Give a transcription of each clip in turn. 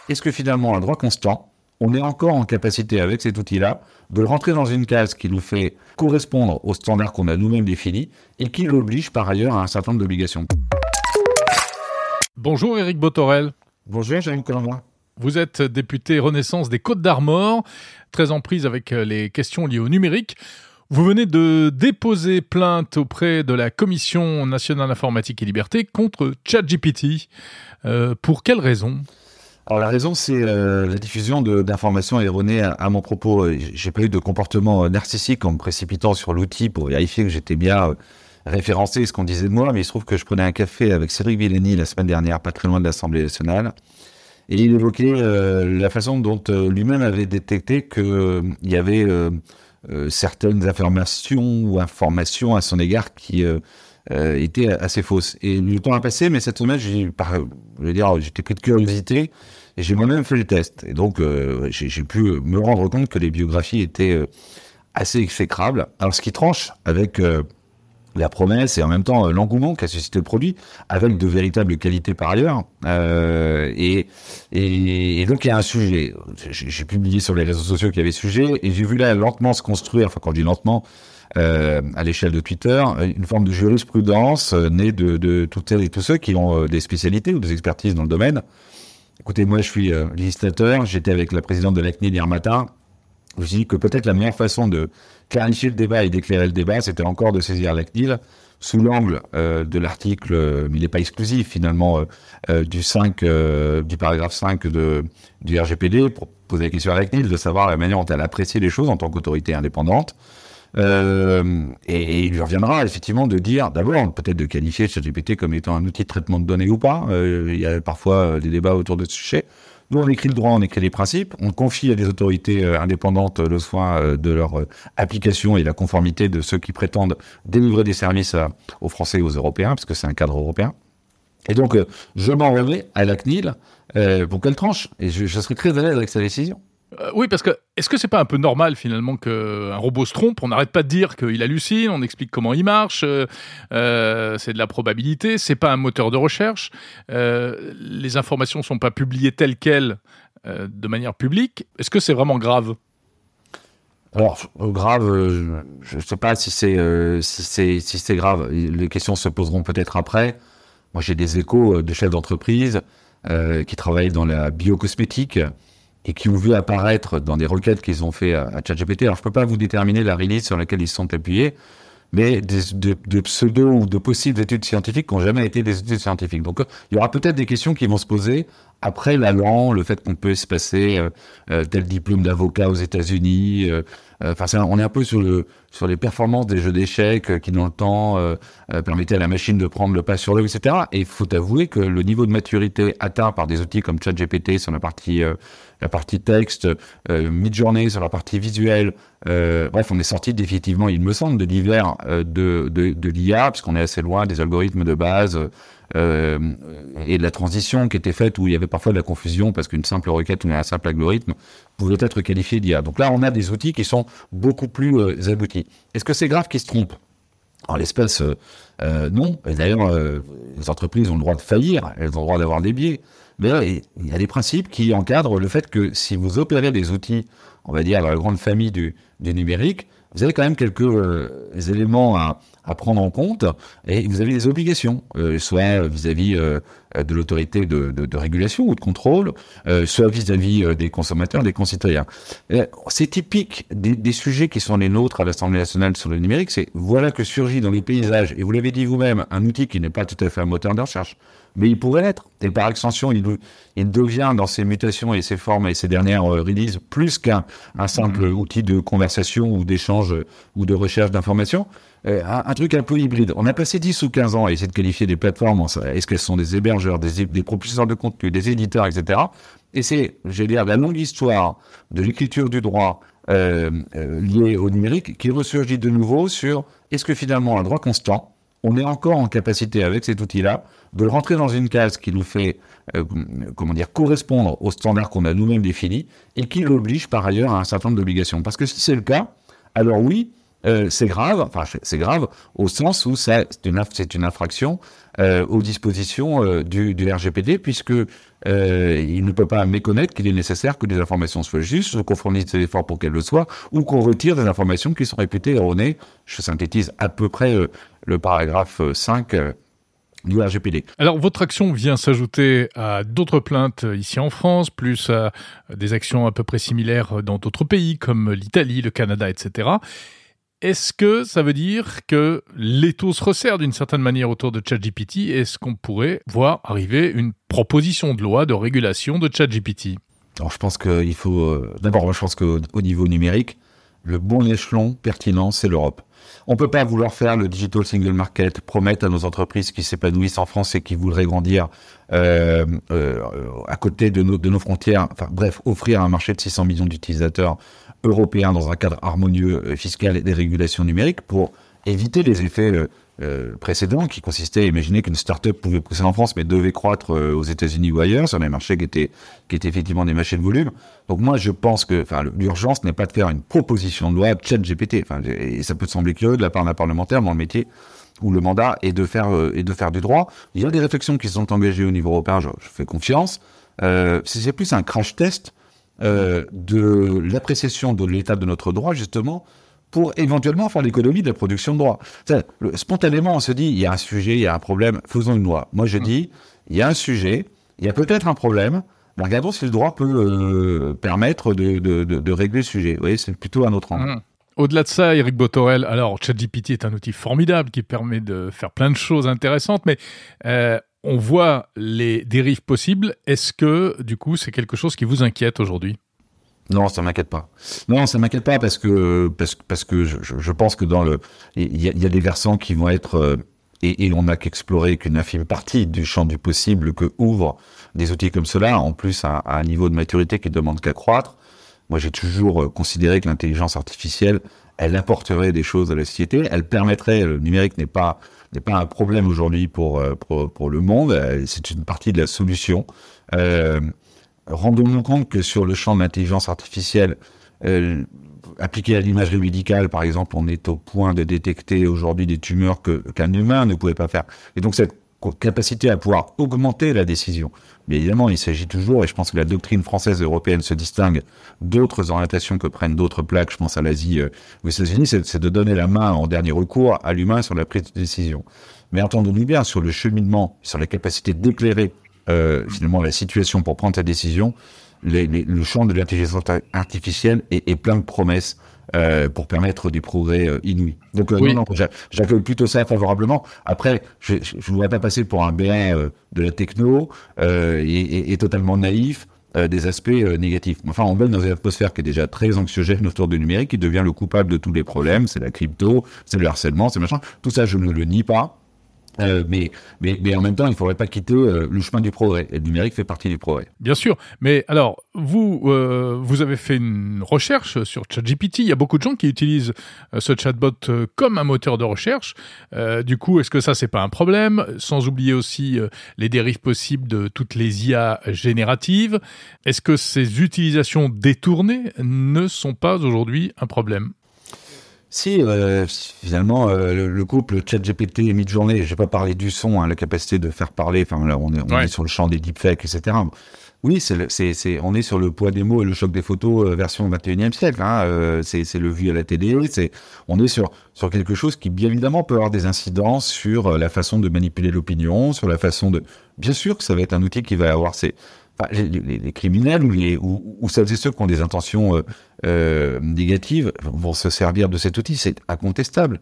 est-ce que finalement, à droit constant, on est encore en capacité, avec cet outil-là, de le rentrer dans une case qui nous fait correspondre aux standards qu'on a nous-mêmes définis et qui l'oblige par ailleurs à un certain nombre d'obligations. Bonjour Éric Bothorel. Bonjour, Jérémy Colomba. Vous êtes député Renaissance des Côtes-d'Armor, très en prise avec les questions liées au numérique. Vous venez de déposer plainte auprès de la Commission nationale informatique et liberté contre ChatGPT. Pour quelle raison ? Alors la raison, c'est la diffusion d'informations erronées à mon propos. J'ai pas eu de comportement narcissique en me précipitant sur l'outil pour vérifier que j'étais bien référencé ce qu'on disait de moi, mais il se trouve que je prenais un café avec Cédric Villani la semaine dernière, pas très loin de l'Assemblée nationale, et il évoquait la façon dont lui-même avait détecté qu'il y avait certaines informations à son égard qui étaient assez fausses. Et le temps a passé, mais cette semaine, j'étais pris de curiosité et j'ai moi-même fait le test. Et donc, j'ai pu me rendre compte que les biographies étaient assez exécrables. Alors, ce qui tranche avec la promesse et en même temps l'engouement qu'a suscité le produit, avec de véritables qualités par ailleurs. Et donc il y a un sujet. J'ai publié sur les réseaux sociaux qu'il y avait sujet, et j'ai vu là lentement se construire, enfin quand je dis lentement, à l'échelle de Twitter, une forme de jurisprudence née de toutes celles et tous ceux qui ont des spécialités ou des expertises dans le domaine. Écoutez, moi je suis législateur, j'étais avec la présidente de la CNIL hier matin. Je me suis dit que peut-être la meilleure façon de clarifier le débat et d'éclairer le débat, c'était encore de saisir la CNIL sous l'angle de l'article, mais il n'est pas exclusif finalement, du paragraphe 5 du RGPD, pour poser la question à la CNIL, de savoir la manière dont elle apprécie les choses en tant qu'autorité indépendante. Et il lui reviendra effectivement de dire, d'abord, peut-être de qualifier ChatGPT comme étant un outil de traitement de données ou pas. Il y a parfois des débats autour de ce sujet. Nous, on écrit le droit, on écrit les principes, on confie à des autorités indépendantes le soin de leur application et la conformité de ceux qui prétendent délivrer des services aux Français et aux Européens, parce que c'est un cadre européen. Et donc, je m'en remets à la CNIL pour qu'elle tranche. Et je serai très à l'aise avec sa décision. Oui, parce que est-ce que c'est pas un peu normal finalement qu'un robot se trompe ? On n'arrête pas de dire qu'il hallucine, on explique comment il marche, c'est de la probabilité, c'est pas un moteur de recherche, les informations sont pas publiées telles quelles de manière publique. Est-ce que c'est vraiment grave ? Alors, grave, je ne sais pas si c'est grave. Les questions se poseront peut-être après. Moi, j'ai des échos de chefs d'entreprise qui travaillent dans la biocosmétique et qui ont vu apparaître dans des requêtes qu'ils ont fait à ChatGPT. Alors, je peux pas vous déterminer la release sur laquelle ils se sont appuyés, mais de pseudo ou de possibles études scientifiques qui n'ont jamais été des études scientifiques. Donc, il y aura peut-être des questions qui vont se poser après l'allant, le fait qu'on peut se passer tel diplôme d'avocat aux États-Unis. On est un peu sur les performances des jeux d'échecs qui, dans le temps, permettaient à la machine de prendre le pas sur l'œil, etc. Et il faut avouer que le niveau de maturité atteint par des outils comme ChatGPT sur la partie texte, Midjourney sur la partie visuelle, bref, on est sorti définitivement, il me semble, de l'hiver de l'IA, puisqu'on est assez loin des algorithmes de base et de la transition qui était faite où il y avait parfois de la confusion parce qu'une simple requête ou un simple algorithme pouvait être qualifié d'IA. Donc là, on a des outils qui sont beaucoup plus aboutis. Est-ce que c'est grave qu'ils se trompent ? En l'espèce, non. Et d'ailleurs, les entreprises ont le droit de faillir, elles ont le droit d'avoir des biais. Mais là, il y a des principes qui encadrent le fait que si vous opérez des outils, on va dire, dans la grande famille du numérique, vous avez quand même quelques éléments à prendre en compte et vous avez des obligations, soit vis-à-vis de l'autorité de régulation ou de contrôle, soit vis-à-vis des consommateurs, des concitoyens. C'est typique des sujets qui sont les nôtres à l'Assemblée nationale sur le numérique, c'est voilà que surgit dans les paysages, et vous l'avez dit vous-même, un outil qui n'est pas tout à fait un moteur de recherche, mais il pourrait l'être. Et par extension, il devient dans ses mutations et ses formes et ses dernières releases plus qu'un simple outil de conversation ou d'échange ou de recherche d'informations. Un truc un peu hybride. On a passé 10 ou 15 ans à essayer de qualifier des plateformes. Est-ce qu'elles sont des hébergeurs, des propulseurs de contenu, des éditeurs, etc. Et c'est, la longue histoire de l'écriture du droit liée au numérique qui ressurgit de nouveau sur est-ce que finalement, un droit constant, on est encore en capacité, avec cet outil-là, de le rentrer dans une case qui nous fait correspondre aux standards qu'on a nous-mêmes définis et qui l'oblige par ailleurs à un certain nombre d'obligations. Parce que si c'est le cas, alors oui, c'est grave. Enfin, c'est grave au sens où c'est une infraction aux dispositions du RGPD, puisque il ne peut pas méconnaître qu'il est nécessaire que des informations soient justes, qu'on fournisse des efforts pour qu'elles le soient, ou qu'on retire des informations qui sont réputées erronées. Je synthétise à peu près le paragraphe 5 du RGPD. Alors, votre action vient s'ajouter à d'autres plaintes ici en France, plus à des actions à peu près similaires dans d'autres pays, comme l'Italie, le Canada, etc. Est-ce que ça veut dire que l'étau se resserre d'une certaine manière autour de ChatGPT? Est-ce qu'on pourrait voir arriver une proposition de loi de régulation de ChatGPT? Alors, je pense qu'il faut... D'abord, moi, je pense qu'au niveau numérique, le bon échelon pertinent, c'est l'Europe. On ne peut pas vouloir faire le Digital Single Market, promettre à nos entreprises qui s'épanouissent en France et qui voudraient grandir à côté de nos frontières, enfin bref, offrir un marché de 600 millions d'utilisateurs européens dans un cadre harmonieux fiscal et des régulations numériques pour éviter les effets précédents qui consistaient à imaginer qu'une start-up pouvait pousser en France mais devait croître aux États-Unis ou ailleurs sur des marchés qui étaient effectivement des marchés de volume. Donc moi je pense que l'urgence n'est pas de faire une proposition de loi ChatGPT. Et ça peut sembler curieux de la part d'un parlementaire dans le métier où le mandat est de faire du droit. Il y a des réflexions qui sont engagées au niveau européen, je fais confiance. C'est plus un crash test de l'appréciation de l'état de notre droit justement, pour éventuellement faire l'économie de la production de droit. Spontanément, on se dit, il y a un sujet, il y a un problème, faisons une loi. Moi, je dis, il y a un sujet, il y a peut-être un problème, mais regardons si le droit peut permettre de régler le sujet. Vous voyez, c'est plutôt un autre angle. Au-delà de ça, Éric Bothorel, alors ChatGPT est un outil formidable qui permet de faire plein de choses intéressantes, mais on voit les dérives possibles. Est-ce que, du coup, c'est quelque chose qui vous inquiète aujourd'hui ? Non, ça m'inquiète pas. Non, ça m'inquiète pas parce que je pense que il y a des versants qui vont être et on n'a qu'exploré qu'une infime partie du champ du possible que ouvrent des outils comme cela, en plus à un niveau de maturité qui demande qu'à croître. Moi, j'ai toujours considéré que l'intelligence artificielle, elle apporterait des choses à la société, elle permettrait. Le numérique n'est pas un problème aujourd'hui pour le monde, c'est une partie de la solution. Rendons-nous compte que sur le champ de l'intelligence artificielle, appliquée à l'imagerie médicale, par exemple, on est au point de détecter aujourd'hui des tumeurs qu'un humain ne pouvait pas faire. Et donc cette capacité à pouvoir augmenter la décision. Mais évidemment, il s'agit toujours, et je pense que la doctrine française et européenne se distingue d'autres orientations que prennent d'autres plaques, je pense à l'Asie ou aux États-Unis, c'est de donner la main en dernier recours à l'humain sur la prise de décision. Mais entendons-nous bien, sur le cheminement, sur la capacité d'éclairer finalement la situation pour prendre ta décision, le champ de l'intelligence artificielle est plein de promesses pour permettre des progrès inouïs. Donc oui. Non, j'accueille plutôt ça favorablement. Après, je ne voudrais pas passer pour un bénin de la techno et totalement naïf des aspects négatifs. Enfin, on baigne dans une atmosphère qui est déjà très anxiogène autour du numérique, qui devient le coupable de tous les problèmes. C'est la crypto, c'est le harcèlement, c'est machin. Tout ça, je ne le nie pas. Mais en même temps, il ne faudrait pas quitter le chemin du progrès. Et le numérique fait partie du progrès. Bien sûr. Mais alors, vous avez fait une recherche sur ChatGPT. Il y a beaucoup de gens qui utilisent ce chatbot comme un moteur de recherche. Du coup, est-ce que ça, c'est pas un problème ? Sans oublier aussi les dérives possibles de toutes les IA génératives. Est-ce que ces utilisations détournées ne sont pas aujourd'hui un problème ? Si, finalement, le couple ChatGPT et Midjourney, je vais pas parler du son, la capacité de faire parler, enfin là, on est sur le champ des deepfakes, etc. Oui, on est sur le poids des mots et le choc des photos version 21e siècle. C'est le vu à la télé, on est sur quelque chose qui, bien évidemment, peut avoir des incidences sur la façon de manipuler l'opinion, sur la façon de... Bien sûr que ça va être un outil qui va avoir les criminels ou celles et ceux qui ont des intentions négatives vont se servir de cet outil, c'est incontestable.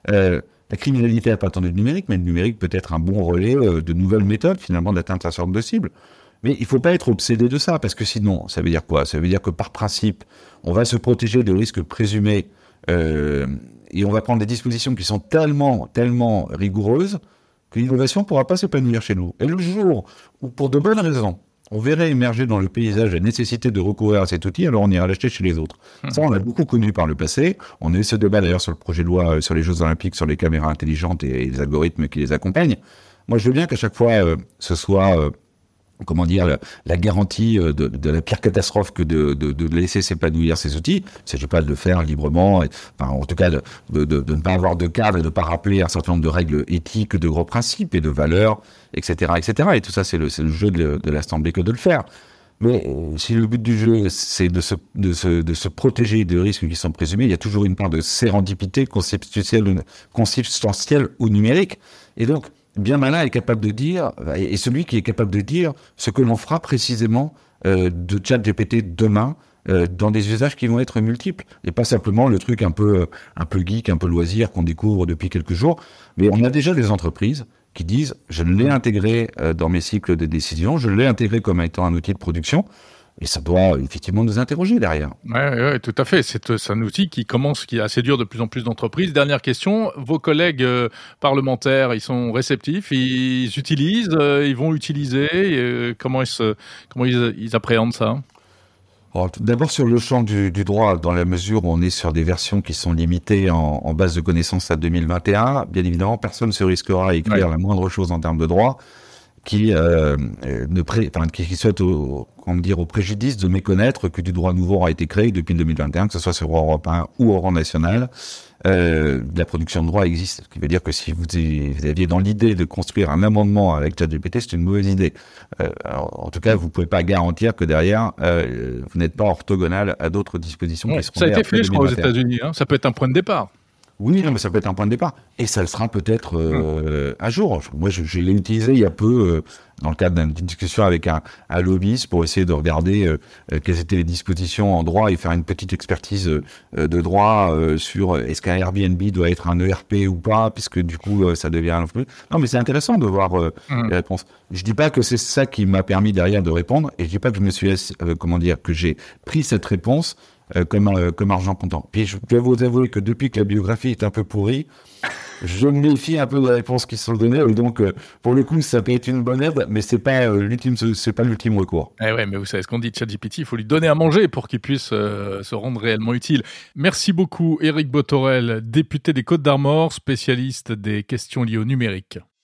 La criminalité n'a pas attendu le numérique, mais le numérique peut être un bon relais de nouvelles méthodes, finalement, d'atteindre un certain nombre de cibles. Mais il ne faut pas être obsédé de ça, parce que sinon, ça veut dire quoi ? Ça veut dire que par principe, on va se protéger de risques présumés et on va prendre des dispositions qui sont tellement rigoureuses que l'innovation ne pourra pas s'épanouir chez nous. Et le jour où, pour de bonnes raisons, on verrait émerger dans le paysage la nécessité de recourir à cet outil, alors on ira l'acheter chez les autres. Ça, on l'a beaucoup connu par le passé. On a eu ce débat d'ailleurs sur le projet de loi sur les Jeux Olympiques, sur les caméras intelligentes et les algorithmes qui les accompagnent. Moi, je veux bien qu'à chaque fois, ce soit comment dire, la garantie de la pire catastrophe que de laisser s'épanouir ces outils. Il ne s'agit pas de le faire librement, enfin, en tout cas de ne pas avoir de cadre et de ne pas rappeler un certain nombre de règles éthiques, de gros principes et de valeurs, etc., etc. Et tout ça, c'est le jeu de l'Assemblée que de le faire. Mais si le but du jeu, c'est de se protéger des risques qui sont présumés, il y a toujours une part de sérendipité consubstantielle ou numérique. Et donc, bien malin est capable de dire, et celui qui est capable de dire ce que l'on fera précisément de ChatGPT demain, dans des usages qui vont être multiples, et pas simplement le truc un peu geek, un peu loisir qu'on découvre depuis quelques jours. Mais on a déjà des entreprises qui disent je l'ai intégré dans mes cycles de décision, je l'ai intégré comme étant un outil de production. Et ça doit effectivement nous interroger derrière. Ouais, tout à fait. C'est un outil qui est assez dur de plus en plus d'entreprises. Dernière question, vos collègues parlementaires, ils sont réceptifs, ils utilisent, ils vont utiliser. Comment ils appréhendent ça? Alors, d'abord sur le champ du droit, dans la mesure où on est sur des versions qui sont limitées en base de connaissances à 2021, bien évidemment, personne ne se risquera à écrire la moindre chose en termes de droit qui souhaite au préjudice de méconnaître que du droit nouveau aura été créé depuis 2021, que ce soit sur le droit européen ou au rang national. La production de droit existe, ce qui veut dire que si vous aviez dans l'idée de construire un amendement avec ChatGPT, c'est une mauvaise idée. En tout cas, vous pouvez pas garantir que derrière, vous n'êtes pas orthogonal à d'autres dispositions qui seront. Ça a été fait, je crois, aux États-Unis. Ça peut être un point de départ. Oui, non, mais ça peut être un point de départ. Et ça le sera peut-être un jour. Moi, je l'ai utilisé il y a peu dans le cadre d'une discussion avec un lobbyiste pour essayer de regarder quelles étaient les dispositions en droit et faire une petite expertise de droit sur est-ce qu'un Airbnb doit être un ERP ou pas, puisque du coup, ça devient un peu... Non, mais c'est intéressant de voir les réponses. Je dis pas que c'est ça qui m'a permis derrière de répondre, et je dis pas que je me suis, que j'ai pris cette réponse comme argent comptant. Puis je dois vous avouer que depuis que la biographie est un peu pourrie, je me méfie un peu des réponses qui sont données. Donc, pour le coup, ça peut être une bonne aide, mais c'est pas l'ultime recours. Eh ouais, mais vous savez ce qu'on dit de ChatGPT, il faut lui donner à manger pour qu'il puisse se rendre réellement utile. Merci beaucoup, Éric Bothorel, député des Côtes-d'Armor, spécialiste des questions liées au numérique.